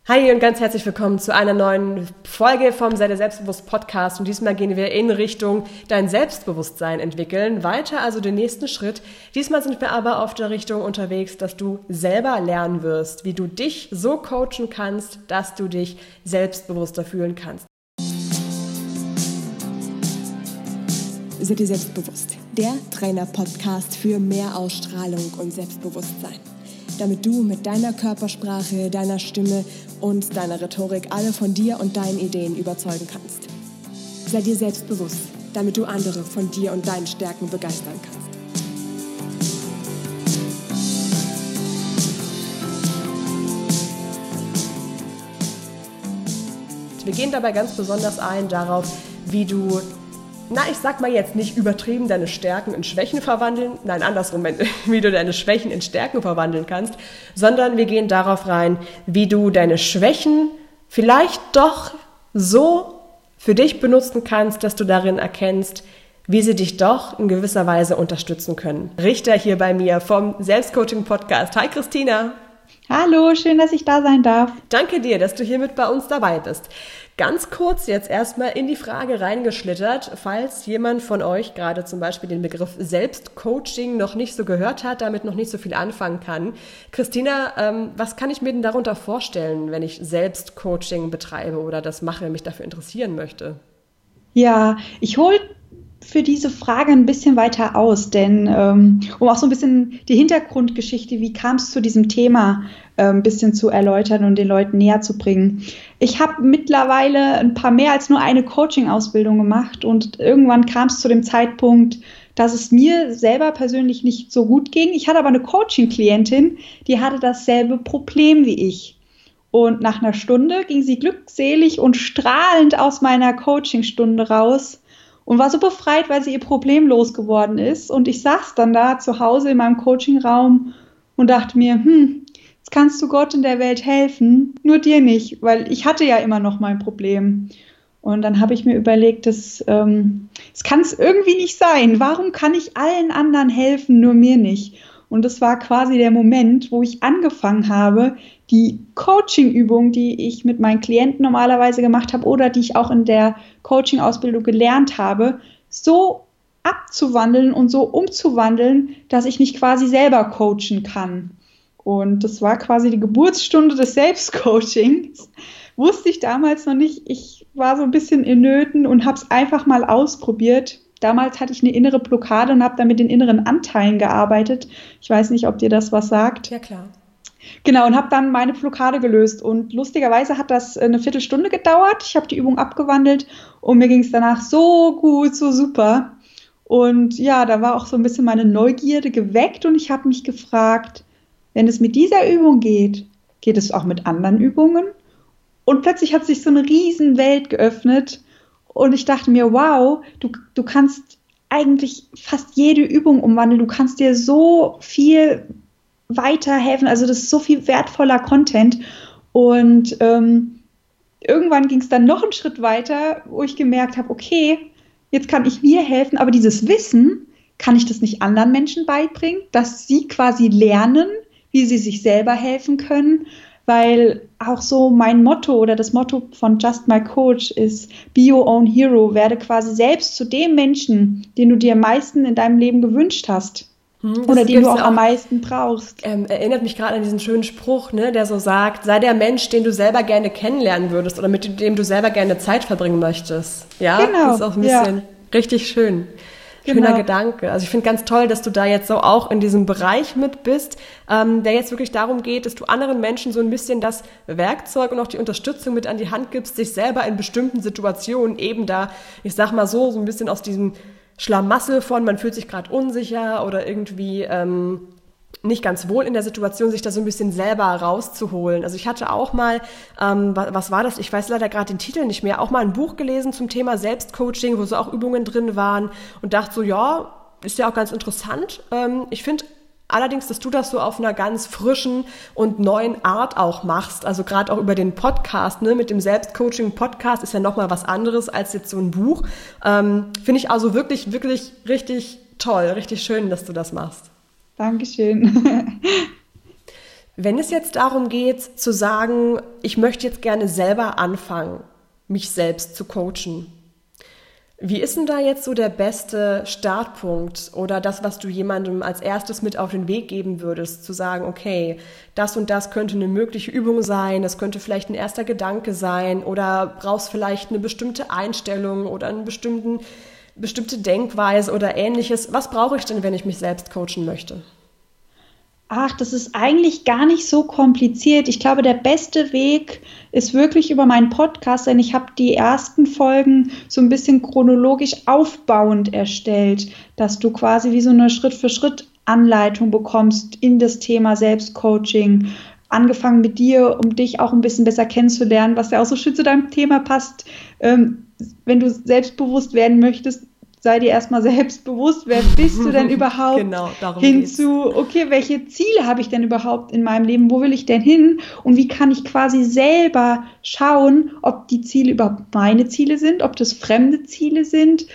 Hi und ganz herzlich willkommen zu einer neuen Folge vom Sei dir selbstbewusst Podcast. Und diesmal gehen wir in Richtung dein Selbstbewusstsein entwickeln. Weiter also den nächsten Schritt. Diesmal sind wir aber auf der Richtung unterwegs, dass du selber lernen wirst, wie du dich so coachen kannst, dass du dich selbstbewusster fühlen kannst. Sei dir selbstbewusst. Der Trainer-Podcast für mehr Ausstrahlung und Selbstbewusstsein. Damit du mit deiner Körpersprache, deiner Stimme und deiner Rhetorik alle von dir und deinen Ideen überzeugen kannst. Sei dir selbstbewusst, damit du andere von dir und deinen Stärken begeistern kannst. Wir gehen dabei ganz besonders ein darauf, wie du, ich sag mal jetzt nicht übertrieben, deine Stärken in Schwächen verwandeln, nein, andersrum, wie du deine Schwächen in Stärken verwandeln kannst, sondern wir gehen darauf rein, wie du deine Schwächen vielleicht doch so für dich benutzen kannst, dass du darin erkennst, wie sie dich doch in gewisser Weise unterstützen können. Richter hier bei mir vom Selbstcoaching-Podcast. Hi Christina! Hallo, schön, dass ich da sein darf. Danke dir, dass du hier mit bei uns dabei bist. Ganz kurz jetzt erstmal in die Frage reingeschlittert, falls jemand von euch gerade zum Beispiel den Begriff Selbstcoaching noch nicht so gehört hat, damit noch nicht so viel anfangen kann. Christina, was kann ich mir denn darunter vorstellen, wenn ich Selbstcoaching betreibe oder das mache, mich dafür interessieren möchte? Ja, ich hole für diese Frage ein bisschen weiter aus, denn um auch so ein bisschen die Hintergrundgeschichte, wie kam es zu diesem Thema, ein bisschen zu erläutern und den Leuten näher zu bringen. Ich habe mittlerweile ein paar mehr als nur eine Coaching-Ausbildung gemacht und irgendwann kam es zu dem Zeitpunkt, dass es mir selber persönlich nicht so gut ging. Ich hatte aber eine Coaching-Klientin, die hatte dasselbe Problem wie ich. Und nach einer Stunde ging sie glückselig und strahlend aus meiner Coaching-Stunde raus und war so befreit, weil sie ihr Problem losgeworden ist. Und ich saß dann da zu Hause in meinem Coaching-Raum und dachte mir, jetzt kannst du Gott in der Welt helfen, nur dir nicht, weil ich hatte ja immer noch mein Problem. Und dann habe ich mir überlegt, das kann es irgendwie nicht sein. Warum kann ich allen anderen helfen, nur mir nicht? Und das war quasi der Moment, wo ich angefangen habe, die Coaching-Übung, die ich mit meinen Klienten normalerweise gemacht habe oder die ich auch in der Coaching-Ausbildung gelernt habe, so abzuwandeln und so umzuwandeln, dass ich mich quasi selber coachen kann. Und das war quasi die Geburtsstunde des Selbstcoachings. Wusste ich damals noch nicht. Ich war so ein bisschen in Nöten und habe es einfach mal ausprobiert. Damals hatte ich eine innere Blockade und habe dann mit den inneren Anteilen gearbeitet. Ich weiß nicht, ob dir das was sagt. Ja, klar. Genau, und habe dann meine Blockade gelöst. Und lustigerweise hat das eine Viertelstunde gedauert. Ich habe die Übung abgewandelt und mir ging es danach so gut, so super. Und ja, da war auch so ein bisschen meine Neugierde geweckt und ich habe mich gefragt, wenn es mit dieser Übung geht, geht es auch mit anderen Übungen? Und plötzlich hat sich so eine Riesenwelt geöffnet und ich dachte mir, wow, du kannst eigentlich fast jede Übung umwandeln, du kannst dir so viel weiterhelfen, also das ist so viel wertvoller Content und irgendwann ging es dann noch einen Schritt weiter, wo ich gemerkt habe, okay, jetzt kann ich mir helfen, aber dieses Wissen, kann ich das nicht anderen Menschen beibringen, dass sie quasi lernen, wie sie sich selber helfen können, weil auch so mein Motto oder das Motto von Just My Coach ist Be Your Own Hero, werde quasi selbst zu dem Menschen, den du dir am meisten in deinem Leben gewünscht hast. Oder den du auch am meisten brauchst. Erinnert mich gerade an diesen schönen Spruch, der so sagt, sei der Mensch, den du selber gerne kennenlernen würdest oder mit dem du selber gerne Zeit verbringen möchtest. Ja, genau, das ist auch ein bisschen richtig schön. Schöner Gedanke. Also ich finde ganz toll, dass du da jetzt so auch in diesem Bereich mit bist, der jetzt wirklich darum geht, dass du anderen Menschen so ein bisschen das Werkzeug und auch die Unterstützung mit an die Hand gibst, sich selber in bestimmten Situationen eben da, ich sag mal so ein bisschen aus diesem Schlamassel von, man fühlt sich gerade unsicher oder irgendwie nicht ganz wohl in der Situation, sich da so ein bisschen selber rauszuholen. Also ich hatte auch mal, was war das? Ich weiß leider gerade den Titel nicht mehr, auch mal ein Buch gelesen zum Thema Selbstcoaching, wo so auch Übungen drin waren und dachte so, ja, ist ja auch ganz interessant. Ich finde allerdings, dass du das so auf einer ganz frischen und neuen Art auch machst. Also gerade auch über den Podcast, mit dem Selbstcoaching-Podcast ist ja nochmal was anderes als jetzt so ein Buch. Finde ich also wirklich, wirklich richtig toll, richtig schön, dass du das machst. Dankeschön. Wenn es jetzt darum geht, zu sagen, ich möchte jetzt gerne selber anfangen, mich selbst zu coachen. Wie ist denn da jetzt so der beste Startpunkt oder das, was du jemandem als erstes mit auf den Weg geben würdest, zu sagen, okay, das und das könnte eine mögliche Übung sein, das könnte vielleicht ein erster Gedanke sein oder brauchst vielleicht eine bestimmte Einstellung oder eine bestimmte Denkweise oder Ähnliches. Was brauche ich denn, wenn ich mich selbst coachen möchte? Ach, das ist eigentlich gar nicht so kompliziert. Ich glaube, der beste Weg ist wirklich über meinen Podcast, denn ich habe die ersten Folgen so ein bisschen chronologisch aufbauend erstellt, dass du quasi wie so eine Schritt-für-Schritt-Anleitung bekommst in das Thema Selbstcoaching. Angefangen mit dir, um dich auch ein bisschen besser kennenzulernen, was ja auch so schön zu deinem Thema passt. Wenn du selbstbewusst werden möchtest, sei dir erstmal selbst bewusst, wer bist du denn überhaupt? Genau, darum hinzu, okay, welche Ziele habe ich denn überhaupt in meinem Leben? Wo will ich denn hin? Und wie kann ich quasi selber schauen, ob die Ziele überhaupt meine Ziele sind, ob das fremde Ziele sind,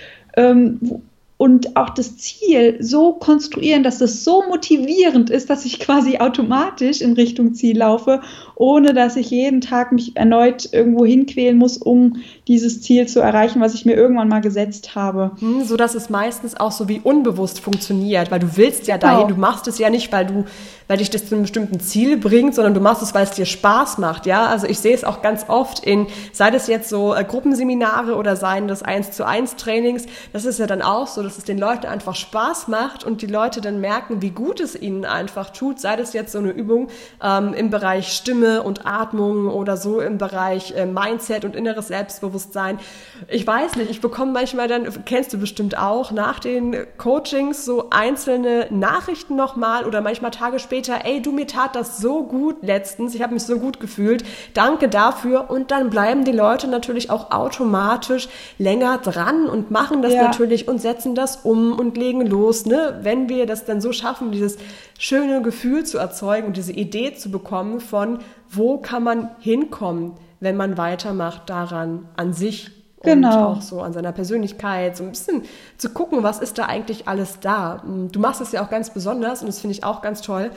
und auch das Ziel so konstruieren, dass es so motivierend ist, dass ich quasi automatisch in Richtung Ziel laufe, ohne dass ich jeden Tag mich erneut irgendwo hinquälen muss, um dieses Ziel zu erreichen, was ich mir irgendwann mal gesetzt habe. So dass es meistens auch so wie unbewusst funktioniert, weil du willst ja dahin, du machst es ja nicht, weil dich das zu einem bestimmten Ziel bringt, sondern du machst es, weil es dir Spaß macht, ja. Also ich sehe es auch ganz oft sei das jetzt so Gruppenseminare oder seien das 1:1 Trainings, das ist ja dann auch so, dass es den Leuten einfach Spaß macht und die Leute dann merken, wie gut es ihnen einfach tut, sei das jetzt so eine Übung im Bereich Stimme und Atmung oder so im Bereich Mindset und inneres Selbstbewusstsein. Ich weiß nicht, ich bekomme manchmal dann, kennst du bestimmt auch, nach den Coachings so einzelne Nachrichten nochmal oder manchmal Tage später, ey, mir tat das so gut letztens, ich habe mich so gut gefühlt, danke dafür, und dann bleiben die Leute natürlich auch automatisch länger dran und machen das natürlich und setzen das um und legen los, ne? Wenn wir das dann so schaffen, dieses schöne Gefühl zu erzeugen und diese Idee zu bekommen von, wo kann man hinkommen, wenn man weitermacht daran, an sich und auch so an seiner Persönlichkeit, so ein bisschen zu gucken, was ist da eigentlich alles da. Du machst es ja auch ganz besonders und das finde ich auch ganz toll,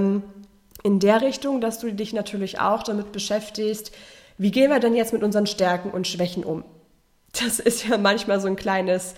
in der Richtung, dass du dich natürlich auch damit beschäftigst, wie gehen wir denn jetzt mit unseren Stärken und Schwächen um? Das ist ja manchmal so ein kleines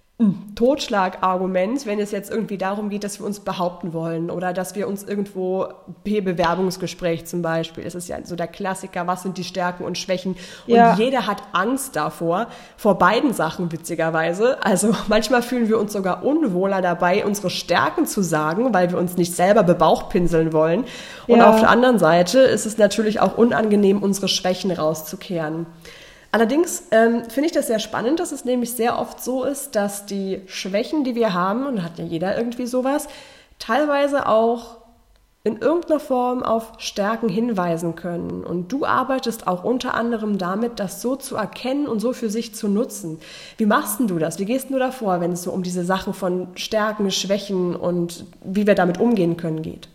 Totschlagargument, wenn es jetzt irgendwie darum geht, dass wir uns behaupten wollen oder dass wir uns irgendwo Bewerbungsgespräch zum Beispiel, das ist ja so der Klassiker, was sind die Stärken und Schwächen, und jeder hat Angst davor, vor beiden Sachen witzigerweise, also manchmal fühlen wir uns sogar unwohler dabei, unsere Stärken zu sagen, weil wir uns nicht selber bebauchpinseln wollen, und auf der anderen Seite ist es natürlich auch unangenehm, unsere Schwächen rauszukehren. Allerdings finde ich das sehr spannend, dass es nämlich sehr oft so ist, dass die Schwächen, die wir haben, und hat ja jeder irgendwie sowas, teilweise auch in irgendeiner Form auf Stärken hinweisen können. Und du arbeitest auch unter anderem damit, das so zu erkennen und so für sich zu nutzen. Wie machst denn du das? Wie gehst du da vor, wenn es so um diese Sachen von Stärken, Schwächen und wie wir damit umgehen können geht?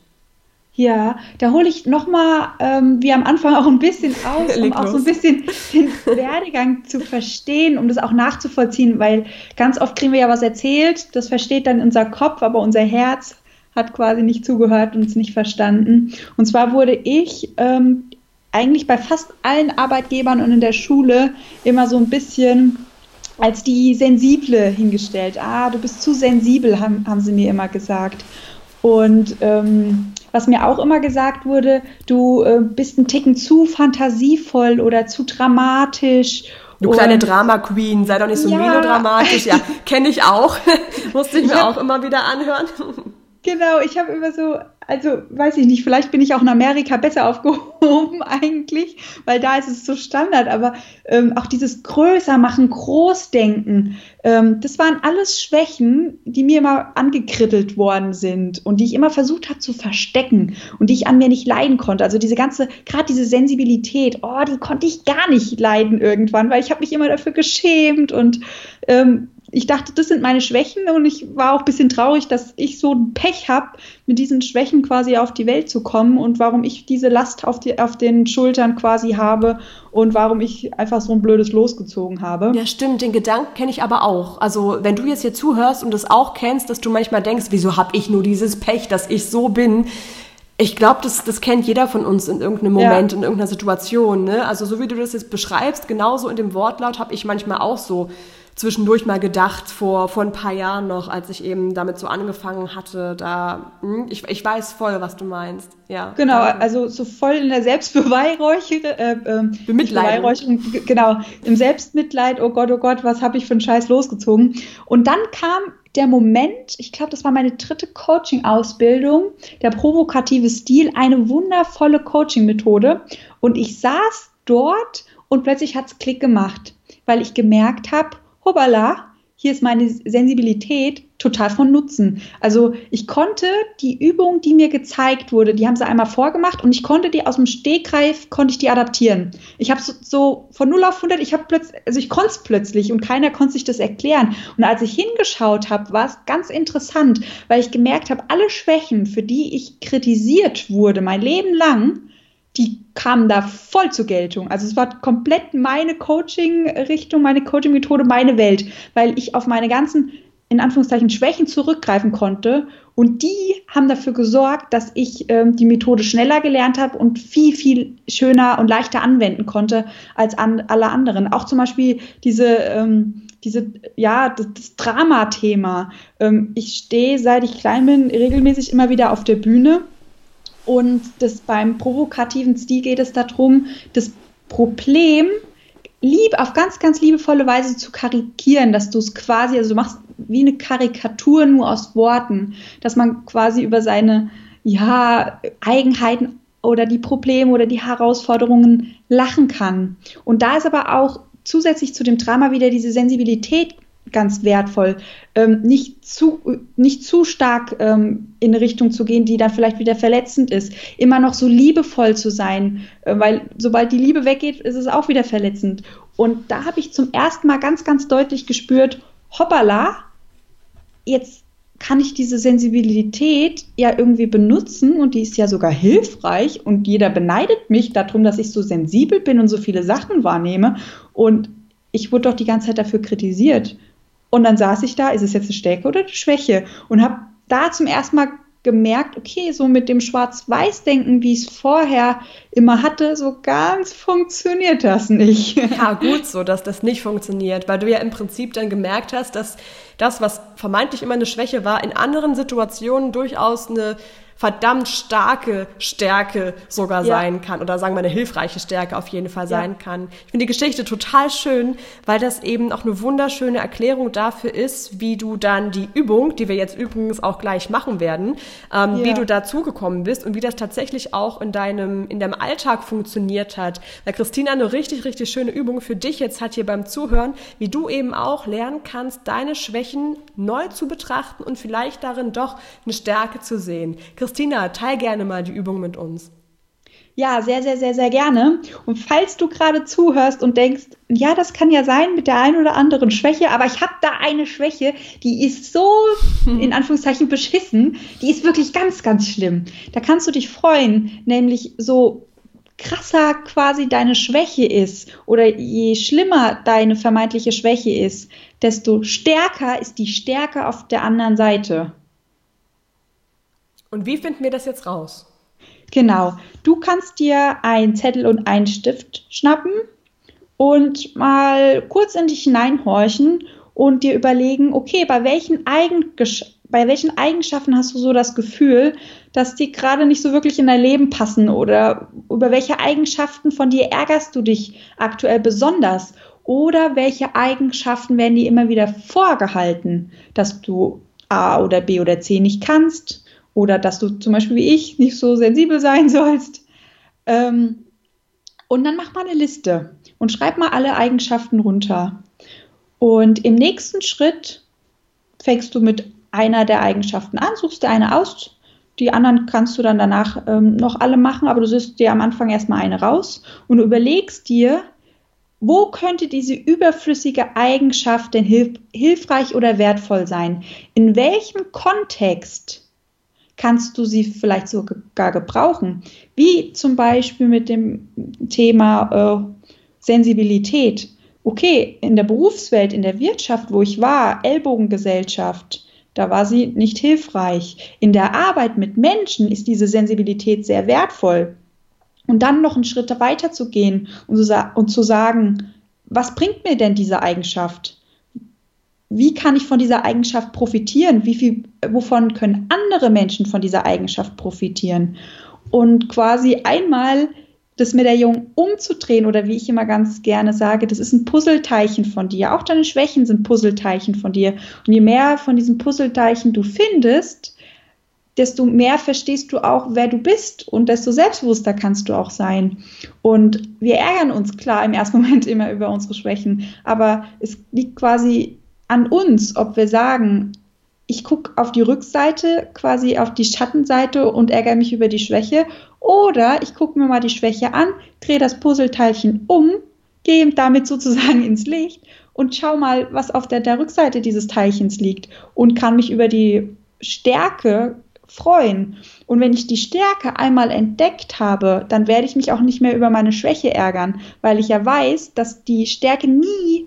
Ja, da hole ich nochmal, wie am Anfang auch ein bisschen aus, um auch so ein bisschen den Werdegang zu verstehen, um das auch nachzuvollziehen, weil ganz oft kriegen wir ja was erzählt, das versteht dann unser Kopf, aber unser Herz hat quasi nicht zugehört und es nicht verstanden. Und zwar wurde ich eigentlich bei fast allen Arbeitgebern und in der Schule immer so ein bisschen als die Sensible hingestellt. Du bist zu sensibel, haben sie mir immer gesagt. Und was mir auch immer gesagt wurde, du bist ein Ticken zu fantasievoll oder zu dramatisch. Du kleine Drama-Queen, sei doch nicht so melodramatisch. Ja, kenne ich auch. Musste ich mir auch immer wieder anhören. Genau, ich habe immer so, also weiß ich nicht, vielleicht bin ich auch in Amerika besser aufgehoben eigentlich, weil da ist es so Standard, aber auch dieses Größermachen, Großdenken, das waren alles Schwächen, die mir immer angekrittelt worden sind und die ich immer versucht habe zu verstecken und die ich an mir nicht leiden konnte. Also gerade diese Sensibilität, die konnte ich gar nicht leiden irgendwann, weil ich habe mich immer dafür geschämt und ich dachte, das sind meine Schwächen, und ich war auch ein bisschen traurig, dass ich so ein Pech habe, mit diesen Schwächen quasi auf die Welt zu kommen und warum ich diese Last auf den Schultern quasi habe und warum ich einfach so ein blödes Los gezogen habe. Ja, stimmt, den Gedanken kenne ich aber auch. Also wenn du jetzt hier zuhörst und das auch kennst, dass du manchmal denkst, wieso habe ich nur dieses Pech, dass ich so bin? Ich glaube, das kennt jeder von uns in irgendeinem Moment, in irgendeiner Situation. Ne? Also so wie du das jetzt beschreibst, genauso in dem Wortlaut habe ich manchmal auch so zwischendurch mal gedacht, vor ein paar Jahren noch, als ich eben damit so angefangen hatte, ich weiß voll, was du meinst. Ja, genau, danke. also so voll in der Beweihräucherung, genau, im Selbstmitleid, oh Gott, was habe ich für einen Scheiß losgezogen. Und dann kam der Moment, ich glaube, das war meine 3. Coaching-Ausbildung, der provokative Stil, eine wundervolle Coaching-Methode. Und ich saß dort und plötzlich hat es Klick gemacht, weil ich gemerkt habe, hoppala, hier ist meine Sensibilität total von Nutzen. Also ich konnte die Übung, die mir gezeigt wurde, die haben sie einmal vorgemacht und ich konnte die aus dem Stegreif, adaptieren. Ich habe so von 0 auf 100, ich konnte es plötzlich und keiner konnte sich das erklären. Und als ich hingeschaut habe, war es ganz interessant, weil ich gemerkt habe, alle Schwächen, für die ich kritisiert wurde, mein Leben lang, die kamen da voll zur Geltung. Also es war komplett meine Coaching-Richtung, meine Coaching-Methode, meine Welt, weil ich auf meine ganzen, in Anführungszeichen, Schwächen zurückgreifen konnte und die haben dafür gesorgt, dass ich die Methode schneller gelernt habe und viel, viel schöner und leichter anwenden konnte als alle anderen. Auch zum Beispiel das Drama-Thema. Ich stehe, seit ich klein bin, regelmäßig immer wieder auf der Bühne. Und beim provokativen Stil geht es darum, das Problem auf ganz, ganz liebevolle Weise zu karikieren, dass du es quasi, also du machst wie eine Karikatur nur aus Worten, dass man quasi über seine Eigenheiten oder die Probleme oder die Herausforderungen lachen kann. Und da ist aber auch zusätzlich zu dem Drama wieder diese Sensibilität ganz wertvoll, nicht zu stark in eine Richtung zu gehen, die dann vielleicht wieder verletzend ist. Immer noch so liebevoll zu sein, weil sobald die Liebe weggeht, ist es auch wieder verletzend. Und da habe ich zum ersten Mal ganz, ganz deutlich gespürt, hoppala, jetzt kann ich diese Sensibilität ja irgendwie benutzen und die ist ja sogar hilfreich und jeder beneidet mich darum, dass ich so sensibel bin und so viele Sachen wahrnehme und ich wurde doch die ganze Zeit dafür kritisiert. Und dann saß ich da, ist es jetzt eine Stärke oder eine Schwäche? Und habe da zum ersten Mal gemerkt, okay, so mit dem Schwarz-Weiß-Denken, wie ich es vorher immer hatte, so ganz funktioniert das nicht. Ja, gut so, dass das nicht funktioniert, weil du ja im Prinzip dann gemerkt hast, dass das, was vermeintlich immer eine Schwäche war, in anderen Situationen durchaus eine verdammt starke Stärke sogar sein kann oder sagen wir eine hilfreiche Stärke auf jeden Fall sein kann. Ich finde die Geschichte total schön, weil das eben auch eine wunderschöne Erklärung dafür ist, wie du dann die Übung, die wir jetzt übrigens auch gleich machen werden, wie du dazugekommen bist und wie das tatsächlich auch in deinem Alltag funktioniert hat. Weil Christina eine richtig, richtig schöne Übung für dich jetzt hat hier beim Zuhören, wie du eben auch lernen kannst, deine Schwächen neu zu betrachten und vielleicht darin doch eine Stärke zu sehen. Christina, teil gerne mal die Übung mit uns. Ja, sehr, sehr, sehr, sehr gerne. Und falls du gerade zuhörst und denkst, ja, das kann ja sein mit der einen oder anderen Schwäche, aber ich habe da eine Schwäche, die ist so, in Anführungszeichen, beschissen, die ist wirklich ganz, ganz schlimm. Da kannst du dich freuen, nämlich so krasser quasi deine Schwäche ist oder je schlimmer deine vermeintliche Schwäche ist, desto stärker ist die Stärke auf der anderen Seite. Und wie finden wir das jetzt raus? Genau. Du kannst dir einen Zettel und einen Stift schnappen und mal kurz in dich hineinhorchen und dir überlegen, okay, bei welchen Eigenschaften hast du so das Gefühl, dass die gerade nicht so wirklich in dein Leben passen oder über welche Eigenschaften von dir ärgerst du dich aktuell besonders oder welche Eigenschaften werden dir immer wieder vorgehalten, dass du A oder B oder C nicht kannst oder dass du zum Beispiel wie ich nicht so sensibel sein sollst. Und dann mach mal eine Liste und schreib mal alle Eigenschaften runter. Und im nächsten Schritt fängst du mit einer der Eigenschaften an, suchst dir eine aus. Die anderen kannst du dann danach noch alle machen, aber du suchst dir am Anfang erstmal eine raus und überlegst dir, wo könnte diese überflüssige Eigenschaft denn hilfreich oder wertvoll sein? In welchem Kontext kannst du sie vielleicht sogar gebrauchen? Wie zum Beispiel mit dem Thema Sensibilität. Okay, in der Berufswelt, in der Wirtschaft, wo ich war, Ellbogengesellschaft, da war sie nicht hilfreich. In der Arbeit mit Menschen ist diese Sensibilität sehr wertvoll. Und dann noch einen Schritt weiter zu gehen und zu sagen, was bringt mir denn diese Eigenschaft? Wie kann ich von dieser Eigenschaft profitieren? Wovon können andere Menschen von dieser Eigenschaft profitieren? Und quasi einmal das Medaillon umzudrehen oder wie ich immer ganz gerne sage, das ist ein Puzzleteilchen von dir. Auch deine Schwächen sind Puzzleteilchen von dir. Und je mehr von diesen Puzzleteilchen du findest, desto mehr verstehst du auch, wer du bist und desto selbstbewusster kannst du auch sein. Und wir ärgern uns klar im ersten Moment immer über unsere Schwächen, aber es liegt quasi an uns, ob wir sagen, ich gucke auf die Rückseite, quasi auf die Schattenseite und ärgere mich über die Schwäche, oder ich gucke mir mal die Schwäche an, drehe das Puzzleteilchen um, gehe damit sozusagen ins Licht und schau mal, was auf der Rückseite dieses Teilchens liegt und kann mich über die Stärke freuen. Und wenn ich die Stärke einmal entdeckt habe, dann werde ich mich auch nicht mehr über meine Schwäche ärgern, weil ich ja weiß, dass die Stärke nie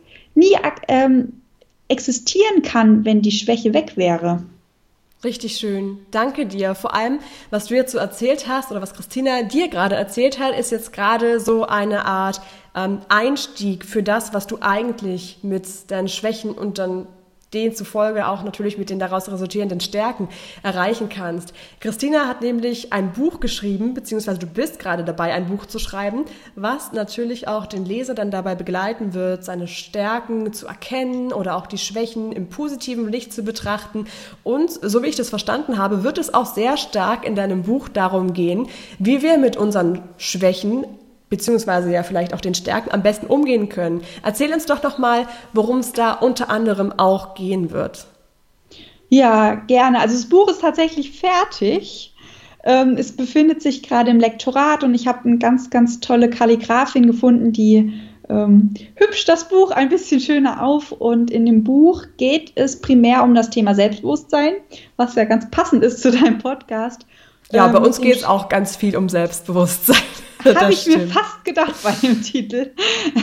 existieren kann, wenn die Schwäche weg wäre. Richtig schön. Danke dir. Vor allem, was du jetzt so erzählt hast oder was Christina dir gerade erzählt hat, ist jetzt gerade so eine Art Einstieg für das, was du eigentlich mit deinen Schwächen und dann denen zufolge auch natürlich mit den daraus resultierenden Stärken erreichen kannst. Christina hat nämlich ein Buch geschrieben, beziehungsweise du bist gerade dabei, ein Buch zu schreiben, was natürlich auch den Leser dann dabei begleiten wird, seine Stärken zu erkennen oder auch die Schwächen im positiven Licht zu betrachten. Und so wie ich das verstanden habe, wird es auch sehr stark in deinem Buch darum gehen, wie wir mit unseren Schwächen beziehungsweise ja vielleicht auch den Stärken am besten umgehen können. Erzähl uns doch noch mal, worum es da unter anderem auch gehen wird. Ja, gerne. Also das Buch ist tatsächlich fertig. Es befindet sich gerade im Lektorat und ich habe eine ganz, ganz tolle Kalligrafin gefunden, die hübscht das Buch ein bisschen schöner auf. Und in dem Buch geht es primär um das Thema Selbstbewusstsein, was ja ganz passend ist zu deinem Podcast. Ja, bei uns geht es auch ganz viel um Selbstbewusstsein. Habe ich mir fast gedacht bei dem Titel.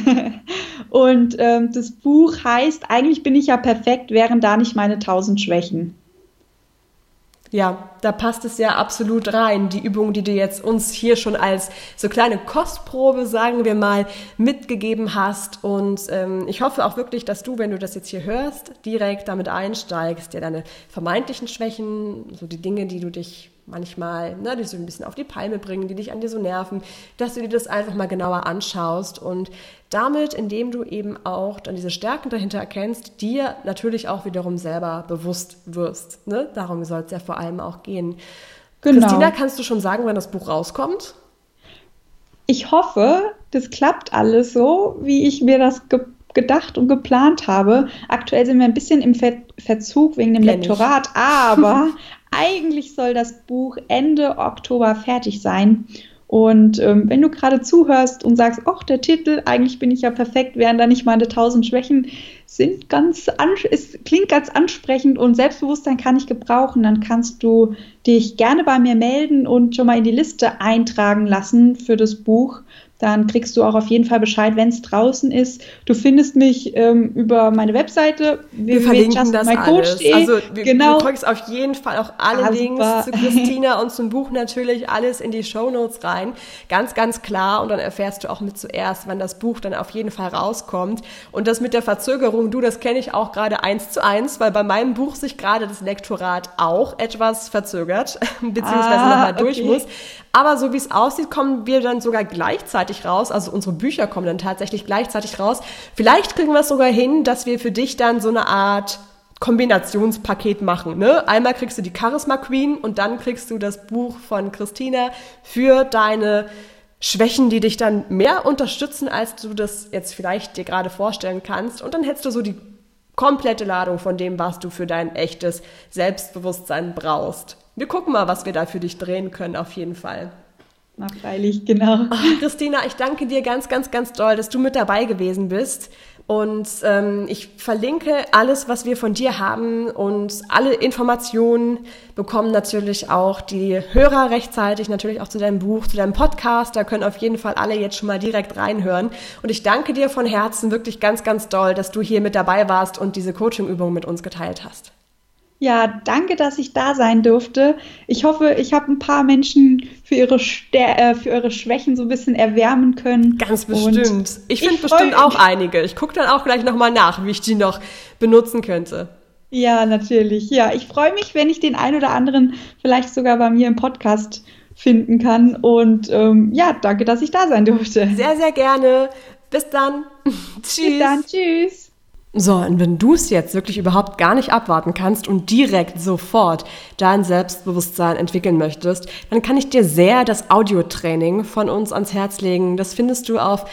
Und das Buch heißt, eigentlich bin ich ja perfekt, wären da nicht meine 1000 Schwächen. Ja, da passt es ja absolut rein. Die Übung, die du jetzt uns hier schon als so kleine Kostprobe, sagen wir mal, mitgegeben hast. Und ich hoffe auch wirklich, dass du, wenn du das jetzt hier hörst, direkt damit einsteigst, dir deine vermeintlichen Schwächen, so die Dinge, die du dich manchmal, die so ein bisschen auf die Palme bringen, die dich an dir so nerven, dass du dir das einfach mal genauer anschaust und damit, indem du eben auch dann diese Stärken dahinter erkennst, dir natürlich auch wiederum selber bewusst wirst. Ne? Darum soll es ja vor allem auch gehen. Genau. Christina, kannst du schon sagen, wann das Buch rauskommt? Ich hoffe, das klappt alles so, wie ich mir das gedacht und geplant habe. Aktuell sind wir ein bisschen im Verzug wegen dem Lektorat, aber eigentlich soll das Buch Ende Oktober fertig sein. Und wenn du gerade zuhörst und sagst, ach, der Titel, eigentlich bin ich ja perfekt, wären da nicht meine 1000 Schwächen, es klingt ganz ansprechend und Selbstbewusstsein kann ich gebrauchen, dann kannst du dich gerne bei mir melden und schon mal in die Liste eintragen lassen für das Buch. Dann kriegst du auch auf jeden Fall Bescheid, wenn es draußen ist. Du findest mich über meine Webseite. Wir verlinken das alles. Also du kriegst auf jeden Fall auch alle Links zu Christina und zum Buch natürlich alles in die Shownotes rein. Ganz, ganz klar. Und dann erfährst du auch mit zuerst, wann das Buch dann auf jeden Fall rauskommt. Und das mit der Verzögerung, das kenne ich auch gerade 1:1, weil bei meinem Buch sich gerade das Lektorat auch etwas verzögert, beziehungsweise nochmal durch muss. Aber so wie es aussieht, kommen wir dann sogar gleichzeitig raus. Also unsere Bücher kommen dann tatsächlich gleichzeitig raus. Vielleicht kriegen wir es sogar hin, dass wir für dich dann so eine Art Kombinationspaket machen. Ne? Einmal kriegst du die Charisma Queen und dann kriegst du das Buch von Christina für deine Schwächen, die dich dann mehr unterstützen, als du das jetzt vielleicht dir gerade vorstellen kannst. Und dann hättest du so die komplette Ladung von dem, was du für dein echtes Selbstbewusstsein brauchst. Wir gucken mal, was wir da für dich drehen können, auf jeden Fall. Na, freilich, genau. Christina, ich danke dir ganz, ganz, ganz doll, dass du mit dabei gewesen bist. Und ich verlinke alles, was wir von dir haben, und alle Informationen bekommen natürlich auch die Hörer rechtzeitig, natürlich auch zu deinem Buch, zu deinem Podcast. Da können auf jeden Fall alle jetzt schon mal direkt reinhören. Und ich danke dir von Herzen wirklich ganz, ganz doll, dass du hier mit dabei warst und diese Coaching-Übung mit uns geteilt hast. Ja, danke, dass ich da sein durfte. Ich hoffe, ich habe ein paar Menschen für ihre Schwächen so ein bisschen erwärmen können. Ganz bestimmt. Ich finde bestimmt auch einige. Ich gucke dann auch gleich nochmal nach, wie ich die noch benutzen könnte. Ja, natürlich. Ja, ich freue mich, wenn ich den einen oder anderen vielleicht sogar bei mir im Podcast finden kann. Und ja, danke, dass ich da sein durfte. Sehr, sehr gerne. Bis dann. Tschüss. Bis dann. Tschüss. So, und wenn du es jetzt wirklich überhaupt gar nicht abwarten kannst und direkt sofort dein Selbstbewusstsein entwickeln möchtest, dann kann ich dir sehr das Audiotraining von uns ans Herz legen. Das findest du auf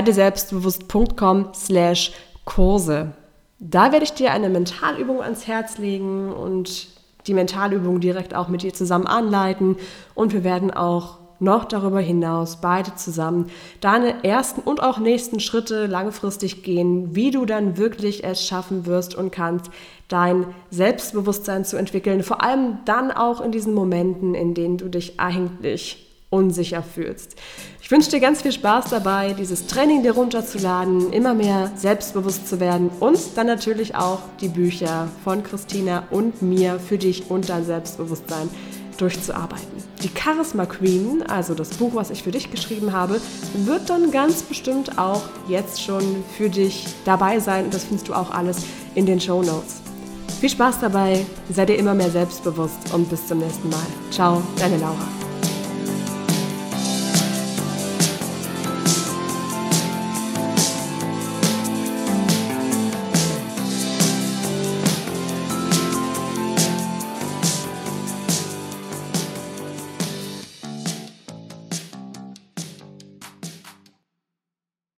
seideselbstbewusst.com/Kurse. Da werde ich dir eine Mentalübung ans Herz legen und die Mentalübung direkt auch mit dir zusammen anleiten. Und wir werden auch noch darüber hinaus beide zusammen deine ersten und auch nächsten Schritte langfristig gehen, wie du dann wirklich es schaffen wirst und kannst, dein Selbstbewusstsein zu entwickeln. Vor allem dann auch in diesen Momenten, in denen du dich eigentlich unsicher fühlst. Ich wünsche dir ganz viel Spaß dabei, dieses Training dir runterzuladen, immer mehr selbstbewusst zu werden und dann natürlich auch die Bücher von Christina und mir für dich und dein Selbstbewusstsein durchzuarbeiten. Die Charisma Queen, also das Buch, was ich für dich geschrieben habe, wird dann ganz bestimmt auch jetzt schon für dich dabei sein und das findest du auch alles in den Shownotes. Viel Spaß dabei, sei dir immer mehr selbstbewusst und bis zum nächsten Mal. Ciao, deine Laura.